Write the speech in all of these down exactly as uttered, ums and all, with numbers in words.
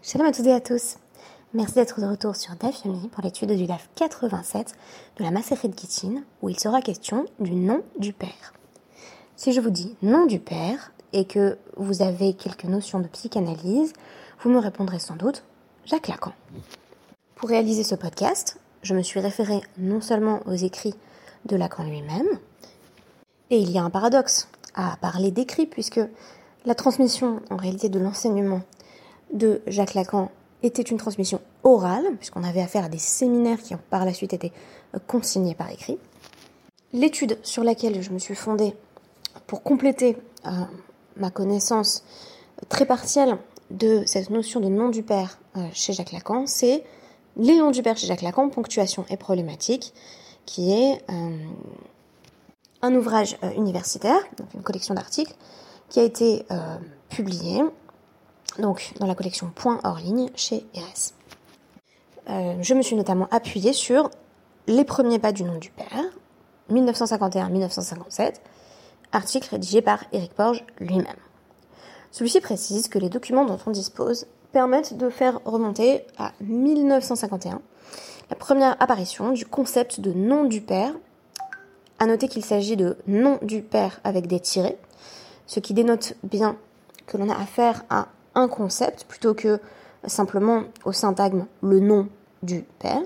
Shalom à toutes et à tous. Merci d'être de retour sur Daf Yomi pour l'étude du Daf quatre-vingt-sept de la Masechet Gittin, où il sera question du nom du Père. Si je vous dis nom du Père et que vous avez quelques notions de psychanalyse, vous me répondrez sans doute Jacques Lacan. Pour réaliser ce podcast, je me suis référée non seulement aux écrits de Lacan lui-même, et il y a un paradoxe à parler d'écrits, puisque la transmission en réalité de l'enseignement de Jacques Lacan était une transmission orale, puisqu'on avait affaire à des séminaires qui ont par la suite été consignés par écrit. L'étude sur laquelle je me suis fondée pour compléter euh, ma connaissance très partielle de cette notion de nom du Père euh, chez Jacques Lacan, c'est les noms du Père chez Jacques Lacan, ponctuation et problématique, qui est euh, un ouvrage euh, universitaire, donc une collection d'articles, qui a été euh, publié donc dans la collection Point hors ligne chez R S. Euh, je me suis notamment appuyée sur les premiers pas du nom du Père, dix-neuf cent cinquante et un à dix-neuf cent cinquante-sept, article rédigé par Éric Porges lui-même. Celui-ci précise que les documents dont on dispose permettent de faire remonter à dix-neuf cent cinquante et un la première apparition du concept de nom du Père. À noter qu'il s'agit de nom du Père avec des tirets, ce qui dénote bien que l'on a affaire à un concept plutôt que simplement au syntagme le nom du Père.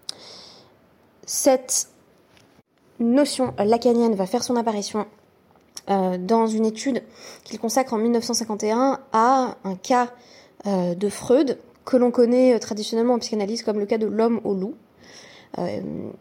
Cette notion lacanienne va faire son apparition euh, dans une étude qu'il consacre en dix-neuf cent cinquante et un à un cas euh, de Freud que l'on connaît euh, traditionnellement en psychanalyse comme le cas de l'homme au loup. Euh,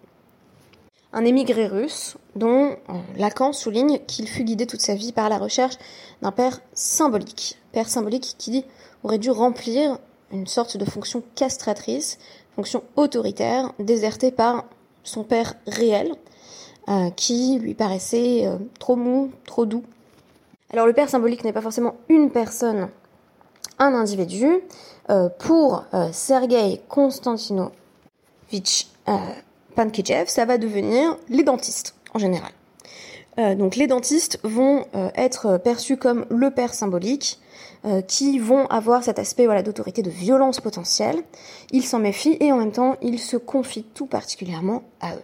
un émigré russe dont euh, Lacan souligne qu'il fut guidé toute sa vie par la recherche d'un père symbolique. Père symbolique qui aurait dû remplir une sorte de fonction castratrice, fonction autoritaire, désertée par son père réel, euh, qui lui paraissait euh, trop mou, trop doux. Alors le père symbolique n'est pas forcément une personne, un individu. Euh, pour euh, Sergueï Konstantinovitch euh, Pankidzev, ça va devenir les dentistes, en général. Euh, donc les dentistes vont euh, être perçus comme le père symbolique, euh, qui vont avoir cet aspect voilà, d'autorité, de violence potentielle. Ils s'en méfient et en même temps, ils se confient tout particulièrement à eux.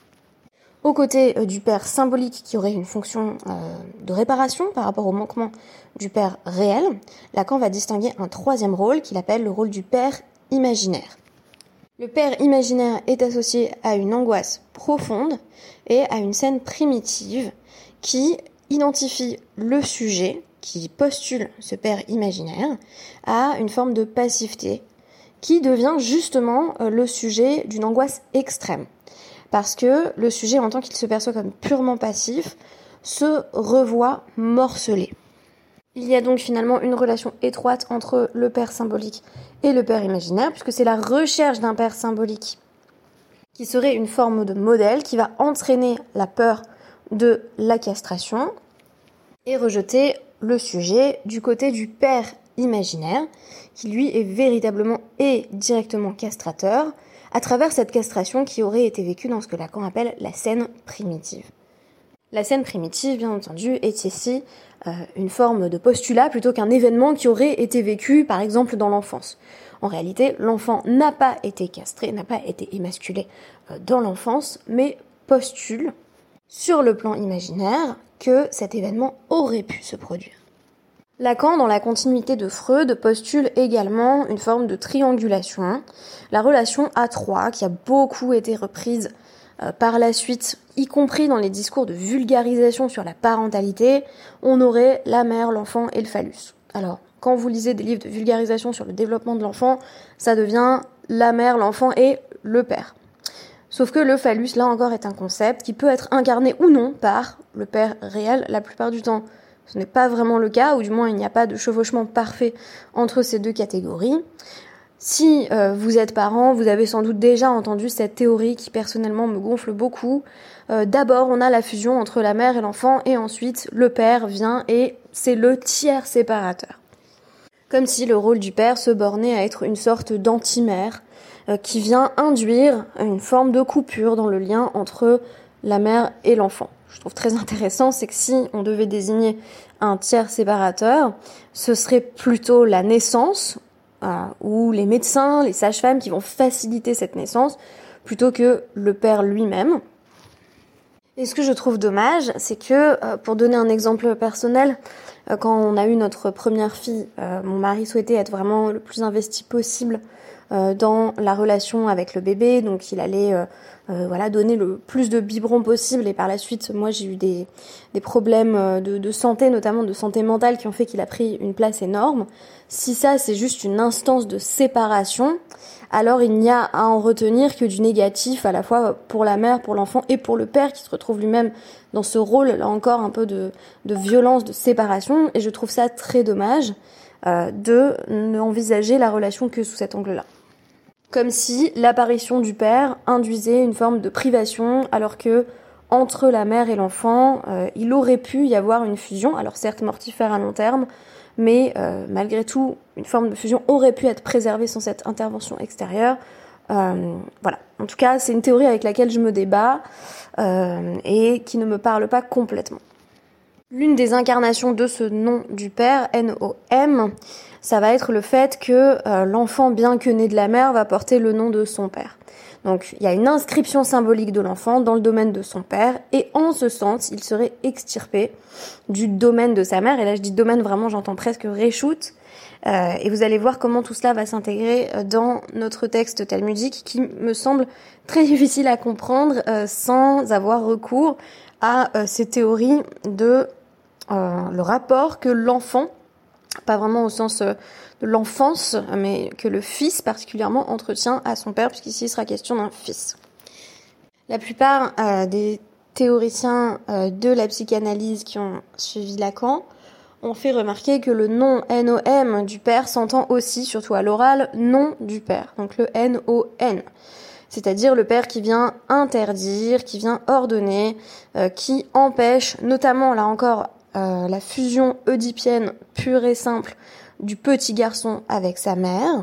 Aux côtés euh, du père symbolique qui aurait une fonction euh, de réparation par rapport au manquement du père réel, Lacan va distinguer un troisième rôle qu'il appelle le rôle du père imaginaire. Le père imaginaire est associé à une angoisse profonde et à une scène primitive qui identifie le sujet, qui postule ce père imaginaire, à une forme de passivité qui devient justement le sujet d'une angoisse extrême. Parce que le sujet, en tant qu'il se perçoit comme purement passif, se revoit morcelé. Il y a donc finalement une relation étroite entre le père symbolique et le père imaginaire, puisque c'est la recherche d'un père symbolique qui serait une forme de modèle qui va entraîner la peur de la castration et rejeter le sujet du côté du père imaginaire, qui lui est véritablement et directement castrateur, à travers cette castration qui aurait été vécue dans ce que Lacan appelle la scène primitive. La scène primitive, bien entendu, est ici euh, une forme de postulat plutôt qu'un événement qui aurait été vécu, par exemple, dans l'enfance. En réalité, l'enfant n'a pas été castré, n'a pas été émasculé euh, dans l'enfance, mais postule, sur le plan imaginaire, que cet événement aurait pu se produire. Lacan, dans la continuité de Freud, postule également une forme de triangulation, la relation à trois, qui a beaucoup été reprise euh, par la suite, y compris dans les discours de vulgarisation sur la parentalité. On aurait la mère, l'enfant et le phallus. Alors, quand vous lisez des livres de vulgarisation sur le développement de l'enfant, ça devient la mère, l'enfant et le père. Sauf que le phallus, là encore, est un concept qui peut être incarné ou non par le père réel. La plupart du temps, ce n'est pas vraiment le cas, ou du moins il n'y a pas de chevauchement parfait entre ces deux catégories. Si euh, vous êtes parent, vous avez sans doute déjà entendu cette théorie qui personnellement me gonfle beaucoup. Euh, d'abord, on a la fusion entre la mère et l'enfant, et ensuite le père vient et c'est le tiers séparateur. Comme si le rôle du père se bornait à être une sorte d'antimère euh, qui vient induire une forme de coupure dans le lien entre la mère et l'enfant. Je trouve très intéressant, c'est que si on devait désigner un tiers séparateur, ce serait plutôt la naissance euh, ou les médecins, les sages-femmes qui vont faciliter cette naissance plutôt que le père lui-même. Et ce que je trouve dommage, c'est que, euh, pour donner un exemple personnel, euh, quand on a eu notre première fille, euh, mon mari souhaitait être vraiment le plus investi possible euh, dans la relation avec le bébé, donc il allait euh, euh, voilà donner le plus de biberons possible. Et par la suite, moi j'ai eu des des problèmes de, de santé, notamment de santé mentale, qui ont fait qu'il a pris une place énorme. Si ça c'est juste une instance de séparation, alors il n'y a à en retenir que du négatif, à la fois pour la mère, pour l'enfant et pour le père qui se retrouve lui-même dans ce rôle, là encore, un peu de, de violence, de séparation. Et je trouve ça très dommage euh, de n'envisager la relation que sous cet angle-là. Comme si l'apparition du père induisait une forme de privation, alors que entre la mère et l'enfant, euh, il aurait pu y avoir une fusion, alors certes mortifère à long terme, mais euh, malgré tout, une forme de fusion aurait pu être préservée sans cette intervention extérieure. Euh, voilà. En tout cas, c'est une théorie avec laquelle je me débat euh, et qui ne me parle pas complètement. L'une des incarnations de ce nom du père, N O M, ça va être le fait que euh, l'enfant, bien que né de la mère, va porter le nom de son père. Donc, il y a une inscription symbolique de l'enfant dans le domaine de son père, et en ce sens, il serait extirpé du domaine de sa mère. Et là, je dis domaine, vraiment, j'entends presque reshoot. Euh, et vous allez voir comment tout cela va s'intégrer dans notre texte talmudique, qui me semble très difficile à comprendre euh, sans avoir recours à euh, ces théories de euh, le rapport que l'enfant, pas vraiment au sens euh, de l'enfance, mais que le fils particulièrement entretient à son père, puisqu'ici il sera question d'un fils. La plupart euh, des théoriciens euh, de la psychanalyse qui ont suivi Lacan ont fait remarquer que le nom N O M du père s'entend aussi, surtout à l'oral, nom du père, donc le N O N. C'est-à-dire le père qui vient interdire, qui vient ordonner, euh, qui empêche, notamment là encore, euh, la fusion oedipienne pure et simple du petit garçon avec sa mère.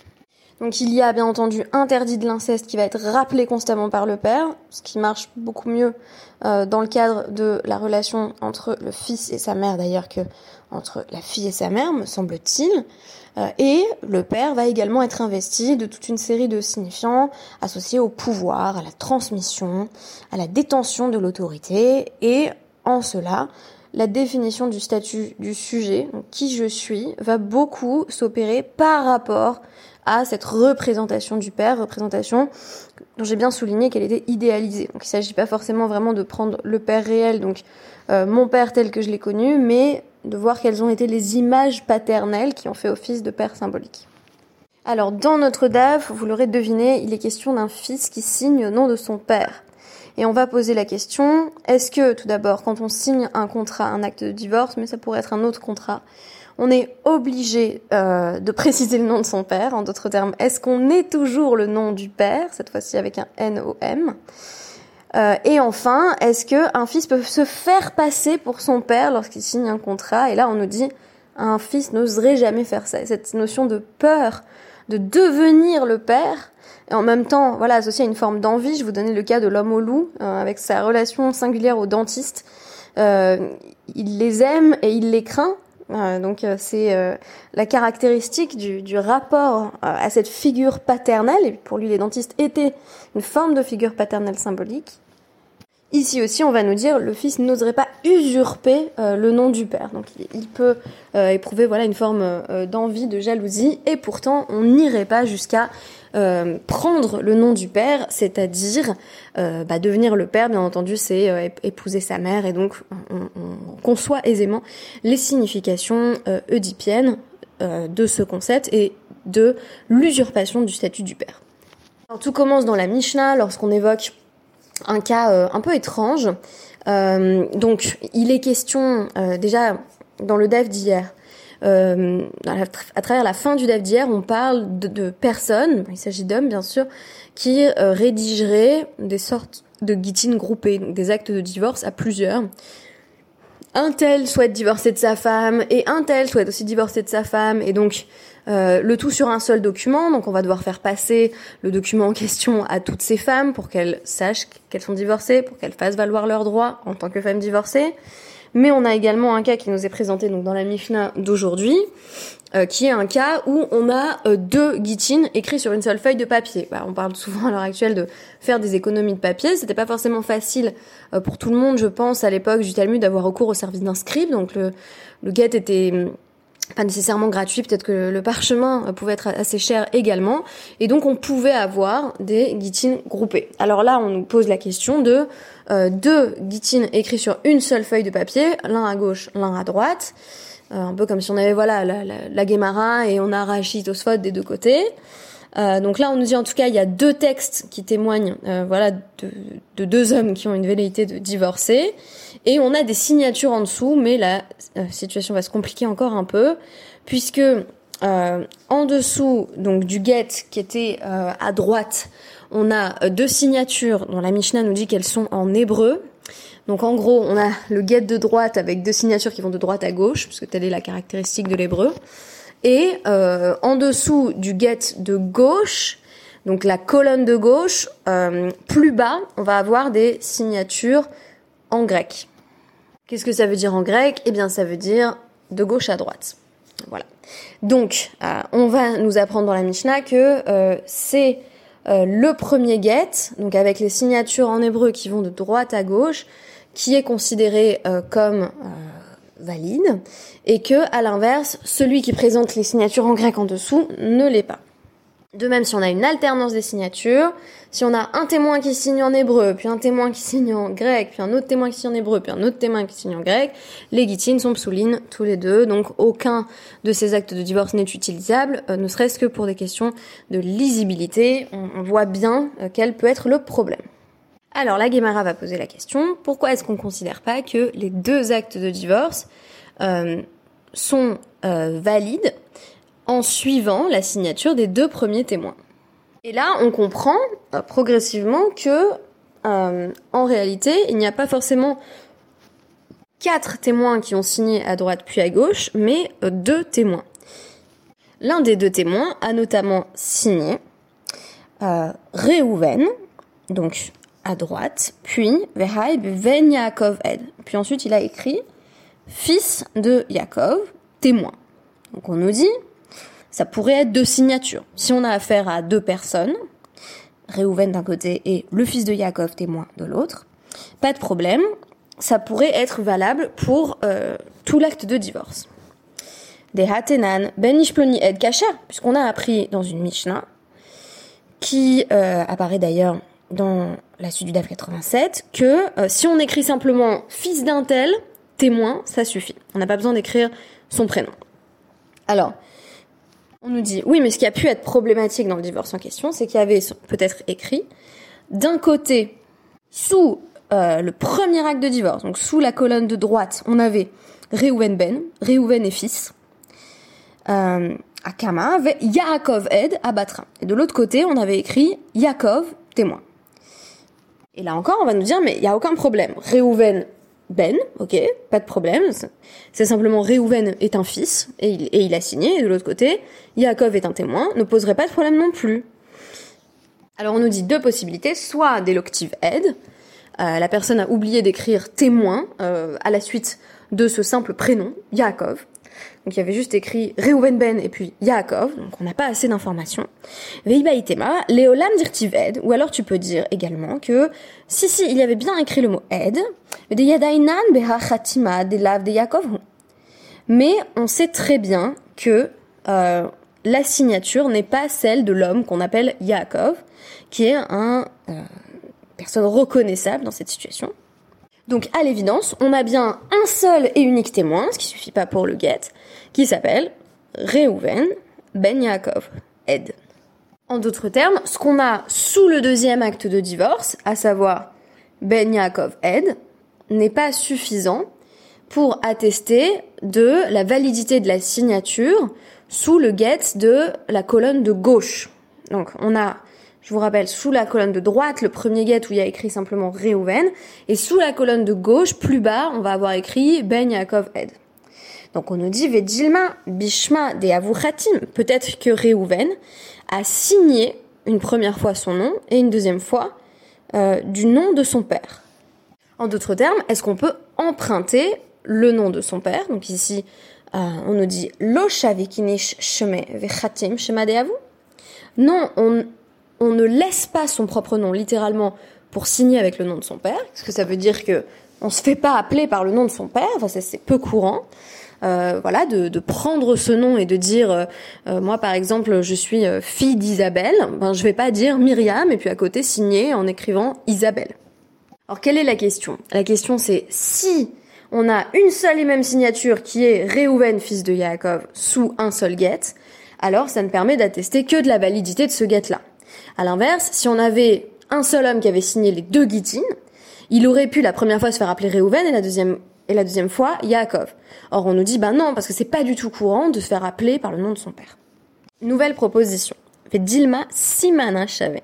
Donc il y a bien entendu interdit de l'inceste qui va être rappelé constamment par le père, ce qui marche beaucoup mieux euh, dans le cadre de la relation entre le fils et sa mère d'ailleurs que entre la fille et sa mère, me semble-t-il. Euh, et le père va également être investi de toute une série de signifiants associés au pouvoir, à la transmission, à la détention de l'autorité, et en cela, la définition du statut du sujet, donc qui je suis, va beaucoup s'opérer par rapport à cette représentation du père, représentation dont j'ai bien souligné qu'elle était idéalisée. Donc il ne s'agit pas forcément vraiment de prendre le père réel, donc euh, mon père tel que je l'ai connu, mais de voir quelles ont été les images paternelles qui ont fait office de père symbolique. Alors dans notre D A F, vous l'aurez deviné, il est question d'un fils qui signe au nom de son père. Et on va poser la question, est-ce que tout d'abord, quand on signe un contrat, un acte de divorce, mais ça pourrait être un autre contrat, on est obligé euh, de préciser le nom de son père? En d'autres termes, est-ce qu'on est toujours le nom du père, cette fois-ci avec un N O M? euh, Et enfin, est-ce qu'un fils peut se faire passer pour son père lorsqu'il signe un contrat? Et là, on nous dit, un fils n'oserait jamais faire ça. Cette notion de peur de devenir le père, et en même temps, voilà, associé à une forme d'envie. Je vous donnais le cas de l'homme au loup, euh, avec sa relation singulière au dentiste. Euh, il les aime et il les craint. Euh, donc euh, c'est euh, la caractéristique du, du rapport euh, à cette figure paternelle, et pour lui les dentistes étaient une forme de figure paternelle symbolique. Ici aussi on va nous dire le fils n'oserait pas usurper euh, le nom du père, donc il, il peut euh, éprouver voilà une forme euh, d'envie, de jalousie, et pourtant on n'irait pas jusqu'à euh, prendre le nom du père, c'est-à-dire euh, bah, devenir le père. Bien entendu c'est euh, épouser sa mère, et donc on, on conçoit aisément les significations euh, oedipiennes euh, de ce concept et de l'usurpation du statut du père. Alors, tout commence dans la Mishnah lorsqu'on évoque un cas euh, un peu étrange. Euh, donc, il est question, euh, déjà, dans le D A F d'hier, euh, à travers la fin du D A F d'hier, on parle de, de personnes, il s'agit d'hommes bien sûr, qui euh, rédigeraient des sortes de guitines groupées, donc des actes de divorce à plusieurs. Un tel souhaite divorcer de sa femme, et un tel souhaite aussi divorcer de sa femme, et donc euh, le tout sur un seul document. Donc on va devoir faire passer le document en question à toutes ces femmes pour qu'elles sachent qu'elles sont divorcées, pour qu'elles fassent valoir leurs droits en tant que femmes divorcées. Mais on a également un cas qui nous est présenté donc dans la Mishnah d'aujourd'hui, euh, qui est un cas où on a euh, deux Gittin écrits sur une seule feuille de papier. Bah, on parle souvent à l'heure actuelle de faire des économies de papier. C'était pas forcément facile euh, pour tout le monde, je pense, à l'époque du Talmud, d'avoir recours au service d'un scribe. Donc le, le get était pas nécessairement gratuit, peut-être que le parchemin pouvait être assez cher également, et donc on pouvait avoir des Gittin groupés. Alors là, on nous pose la question de euh, deux Gittin écrits sur une seule feuille de papier, l'un à gauche, l'un à droite, euh, un peu comme si on avait voilà la, la, la Gemara et on a Rashi, Tosfot des deux côtés. Euh, donc là, on nous dit en tout cas, il y a deux textes qui témoignent, euh, voilà, de, de deux hommes qui ont une velléité de divorcer, et on a des signatures en dessous, mais la euh, situation va se compliquer encore un peu, puisque euh, en dessous donc du get qui était euh, à droite, on a deux signatures dont la Mishnah nous dit qu'elles sont en hébreu. Donc en gros, on a le get de droite avec deux signatures qui vont de droite à gauche, puisque telle est la caractéristique de l'hébreu. Et euh, en dessous du get de gauche, donc la colonne de gauche, euh, plus bas, on va avoir des signatures en grec. Qu'est-ce que ça veut dire en grec ? Eh bien, ça veut dire de gauche à droite. Voilà. Donc, euh, on va nous apprendre dans la Mishnah que euh, c'est euh, le premier get, donc avec les signatures en hébreu qui vont de droite à gauche, qui est considéré euh, comme euh, valide, et que, à l'inverse, celui qui présente les signatures en grec en dessous ne l'est pas. De même, si on a une alternance des signatures, si on a un témoin qui signe en hébreu, puis un témoin qui signe en grec, puis un autre témoin qui signe en hébreu, puis un autre témoin qui signe en grec, les Gittin sont psoulines tous les deux, donc aucun de ces actes de divorce n'est utilisable, euh, ne serait-ce que pour des questions de lisibilité. On, on voit bien euh, quel peut être le problème. Alors la Gemara va poser la question, pourquoi est-ce qu'on ne considère pas que les deux actes de divorce euh, sont euh, valides en suivant la signature des deux premiers témoins? Et là, on comprend euh, progressivement que, euh, en réalité, il n'y a pas forcément quatre témoins qui ont signé à droite puis à gauche, mais euh, deux témoins. L'un des deux témoins a notamment signé euh, Réhouven, donc à droite, puis Vehai ben Yaakov Ed. Puis ensuite, il a écrit fils de Yaakov, témoin. Donc on nous dit, ça pourrait être deux signatures. Si on a affaire à deux personnes, Réhouven d'un côté et le fils de Yaakov, témoin, de l'autre, pas de problème, ça pourrait être valable pour euh, tout l'acte de divorce. Des Hatenan, Ben Ishploni Ed Kasher, puisqu'on a appris dans une Mishnah, qui euh, apparaît d'ailleurs dans la suite du D A F quatre-vingt-sept, que euh, si on écrit simplement fils d'un tel, témoin, ça suffit. On n'a pas besoin d'écrire son prénom. Alors, on nous dit, oui, mais ce qui a pu être problématique dans le divorce en question, c'est qu'il y avait peut-être écrit, d'un côté, sous euh, le premier acte de divorce, donc sous la colonne de droite, on avait Réhouven ben, Réhouven et fils, euh, Akama, Yaakov Ed, Abatra. Et de l'autre côté, on avait écrit Yaakov, témoin. Et là encore, on va nous dire, mais il n'y a aucun problème. Réhouven ben, ok, pas de problème. C'est simplement Réhouven est un fils, et il, et il a signé. Et de l'autre côté, Yaakov est un témoin, ne poserait pas de problème non plus. Alors on nous dit deux possibilités, soit des loctives Ed, euh, la personne a oublié d'écrire témoin euh, à la suite de ce simple prénom, Yaakov. Donc il y avait juste écrit Réhouven ben et puis Yaakov, donc on n'a pas assez d'informations. Veiba itema, Léolam dirtiv Ed, ou alors tu peux dire également que si si il y avait bien écrit le mot Ed, de Yadainan beha chatima de lav de Yaakov. Mais on sait très bien que euh, la signature n'est pas celle de l'homme qu'on appelle Yaakov, qui est un euh, personne reconnaissable dans cette situation. Donc, à l'évidence, on a bien un seul et unique témoin, ce qui suffit pas pour le get, qui s'appelle Réhouven ben Yaakov Ed. En d'autres termes, ce qu'on a sous le deuxième acte de divorce, à savoir ben Yaakov Ed, n'est pas suffisant pour attester de la validité de la signature sous le get de la colonne de gauche. Donc, on a, je vous rappelle, sous la colonne de droite, le premier get où il y a écrit simplement Réhouven, et sous la colonne de gauche, plus bas, on va avoir écrit Ben Yaakov Ed. Donc on nous dit Vedilma Bishma de Avuchatim. Peut-être que Réhouven a signé une première fois son nom et une deuxième fois euh, du nom de son père. En d'autres termes, est-ce qu'on peut emprunter le nom de son père? Donc ici, Euh, on nous dit Lo shavikinish sheme vechatim shema deavu. Non, on, on ne laisse pas son propre nom, littéralement, pour signer avec le nom de son père, parce que ça veut dire que on se fait pas appeler par le nom de son père, enfin c'est, c'est peu courant. Euh, voilà, de, de prendre ce nom et de dire, euh, euh, moi par exemple, je suis euh, fille d'Isabelle, ben je vais pas dire Myriam et puis à côté signer en écrivant Isabelle. Alors quelle est la question ? La question c'est si on a une seule et même signature qui est Réhouven, fils de Yaakov, sous un seul guet, alors ça ne permet d'attester que de la validité de ce guet-là. À l'inverse, si on avait un seul homme qui avait signé les deux guitines, il aurait pu la première fois se faire appeler Réhouven et la deuxième et la deuxième fois Yaakov. Or on nous dit ben non parce que c'est pas du tout courant de se faire appeler par le nom de son père. Nouvelle proposition. Fait Dilma Simana Chavé.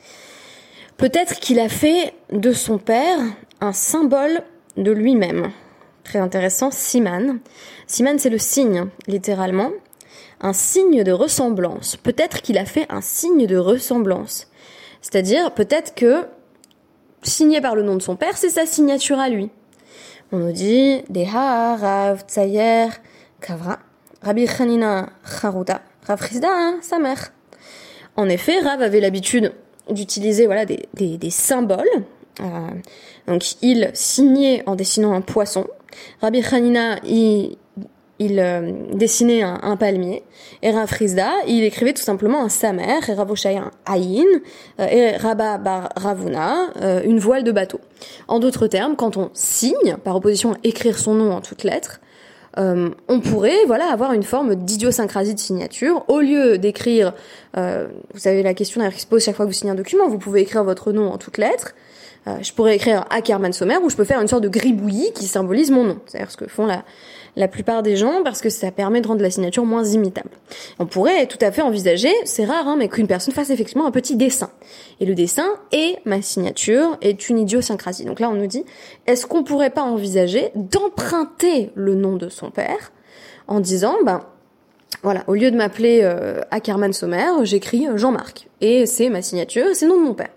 Peut-être qu'il a fait de son père un symbole de lui-même. Très intéressant, Siman. Siman c'est le signe, littéralement. Un signe de ressemblance. Peut-être qu'il a fait un signe de ressemblance. C'est-à-dire peut-être que signé par le nom de son père, c'est sa signature à lui. On nous dit Deha Rav Tsayer Kavra Rabbi Hanina Charuta Rav Chisda sa mère. En effet, Rav avait l'habitude d'utiliser voilà des des, des symboles. Euh, donc il signait en dessinant un poisson. Rabbi Hanina il il euh, dessinait un, un palmier, et Rav Chisda, il écrivait tout simplement un samer, et Rav Oshaya un ayin, euh, et Rabba bar Ravuna, euh, une voile de bateau. En d'autres termes, quand on signe, par opposition à écrire son nom en toutes lettres, euh, on pourrait voilà avoir une forme d'idiosyncrasie de signature. Au lieu d'écrire, euh, vous savez la question d'ailleurs qui se pose chaque fois que vous signez un document, vous pouvez écrire votre nom en toutes lettres. Euh, je pourrais écrire Ackerman Sommer, ou je peux faire une sorte de gribouillis qui symbolise mon nom. C'est-à-dire ce que font la la plupart des gens, parce que ça permet de rendre la signature moins imitable. On pourrait tout à fait envisager, c'est rare, hein, mais qu'une personne fasse effectivement un petit dessin. Et le dessin et ma signature est une idiosyncrasie. Donc là, on nous dit, est-ce qu'on pourrait pas envisager d'emprunter le nom de son père en disant, ben, voilà, au lieu de m'appeler euh, Ackerman Sommer, j'écris Jean-Marc. Et c'est ma signature, c'est le nom de mon père.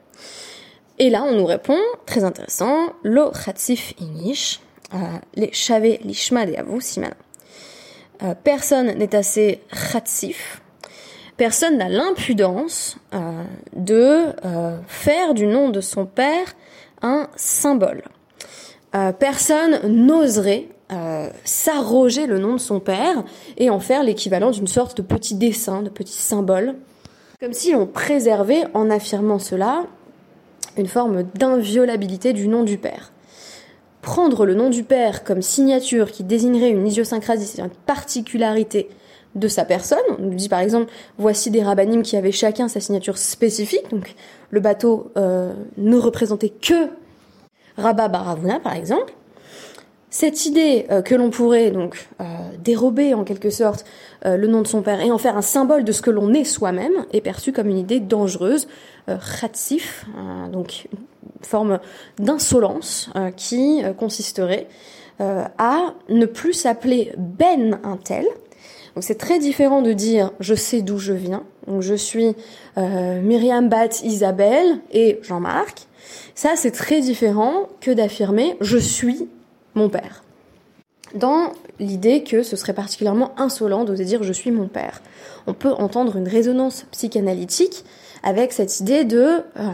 Et là, on nous répond, très intéressant, Lo Chatzif Inish, Euh, les chavé lishma de avou simana. Euh, personne n'est assez chatsif, personne n'a l'impudence euh, de euh, faire du nom de son père un symbole. Euh, personne n'oserait euh, s'arroger le nom de son père et en faire l'équivalent d'une sorte de petit dessin, de petit symbole, comme si on préservait, en affirmant cela, une forme d'inviolabilité du nom du père. Prendre le nom du père comme signature qui désignerait une idiosyncrasie, c'est une particularité de sa personne. On nous dit par exemple, voici des rabbanim qui avaient chacun sa signature spécifique, donc le bateau euh, ne représentait que Rabba bar Ravuna par exemple. Cette idée euh, que l'on pourrait donc euh, dérober en quelque sorte euh, le nom de son père et en faire un symbole de ce que l'on est soi-même est perçue comme une idée dangereuse, euh, chatsif, euh, donc une forme d'insolence euh, qui euh, consisterait euh, à ne plus s'appeler Ben un tel. Donc c'est très différent de dire je sais d'où je viens, donc je suis euh, Myriam Bat Isabelle et Jean-Marc. Ça c'est très différent que d'affirmer je suis mon père. Dans l'idée que ce serait particulièrement insolent d'oser dire « je suis mon père ». On peut entendre une résonance psychanalytique avec cette idée de euh,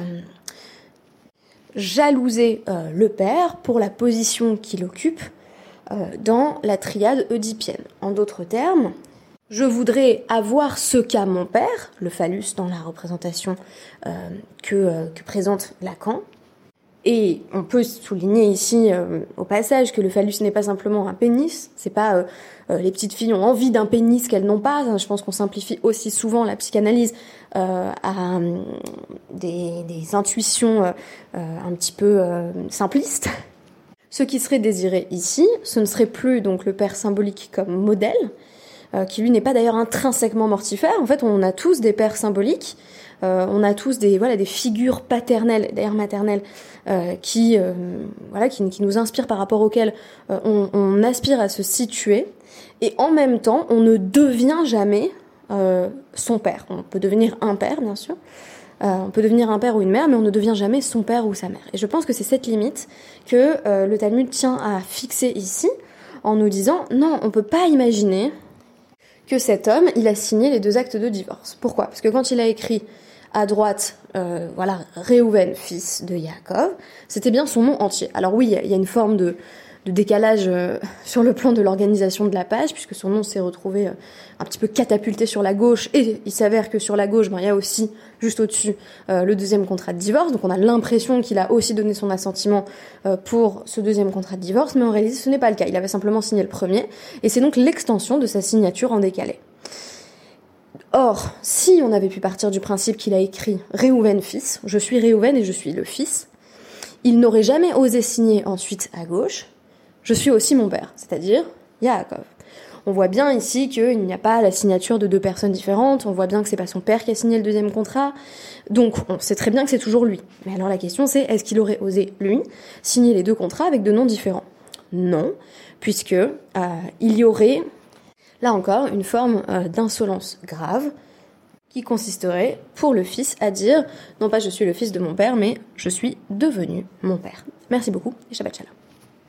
jalouser euh, le père pour la position qu'il occupe euh, dans la triade oedipienne. En d'autres termes, je voudrais avoir ce qu'a mon père, le phallus dans la représentation euh, que, euh, que présente Lacan. Et on peut souligner ici euh, au passage que le phallus n'est pas simplement un pénis, c'est pas euh, euh, les petites filles ont envie d'un pénis qu'elles n'ont pas. Je pense qu'on simplifie aussi souvent la psychanalyse euh, à euh, des, des intuitions euh, euh, un petit peu euh, simplistes. Ce qui serait désiré ici, ce ne serait plus donc le père symbolique comme modèle, euh, qui lui n'est pas d'ailleurs intrinsèquement mortifère. En fait, on a tous des pères symboliques. Euh, on a tous des voilà des figures paternelles, d'ailleurs maternelles, euh, qui euh, voilà qui, qui nous inspirent par rapport auxquelles euh, on, on aspire à se situer. Et en même temps, on ne devient jamais euh, son père. On peut devenir un père, bien sûr. Euh, on peut devenir un père ou une mère, mais on ne devient jamais son père ou sa mère. Et je pense que c'est cette limite que euh, le Talmud tient à fixer ici, en nous disant non, on peut pas imaginer que cet homme, il a signé les deux actes de divorce. Pourquoi ? Parce que quand il a écrit à droite, euh, voilà, Réhouven, fils de Yaakov, c'était bien son nom entier. Alors oui, il y a une forme de, de décalage euh, sur le plan de l'organisation de la page, puisque son nom s'est retrouvé euh, un petit peu catapulté sur la gauche, et il s'avère que sur la gauche, ben, il y a aussi, juste au-dessus, euh, le deuxième contrat de divorce, donc on a l'impression qu'il a aussi donné son assentiment euh, pour ce deuxième contrat de divorce, mais en réalité ce n'est pas le cas, il avait simplement signé le premier, et c'est donc l'extension de sa signature en décalé. Or, si on avait pu partir du principe qu'il a écrit Réhouven fils, je suis Réhouven et je suis le fils, il n'aurait jamais osé signer ensuite à gauche, je suis aussi mon père, c'est-à-dire Yaakov. On voit bien ici qu'il n'y a pas la signature de deux personnes différentes, on voit bien que c'est pas son père qui a signé le deuxième contrat, donc on sait très bien que c'est toujours lui. Mais alors la question c'est, est-ce qu'il aurait osé, lui, signer les deux contrats avec deux noms différents ? Non, puisque euh, il y aurait, là encore, une forme euh, d'insolence grave, qui consisterait, pour le fils, à dire, non pas je suis le fils de mon père, mais je suis devenu mon père. Merci beaucoup, et Shabbat Shalom.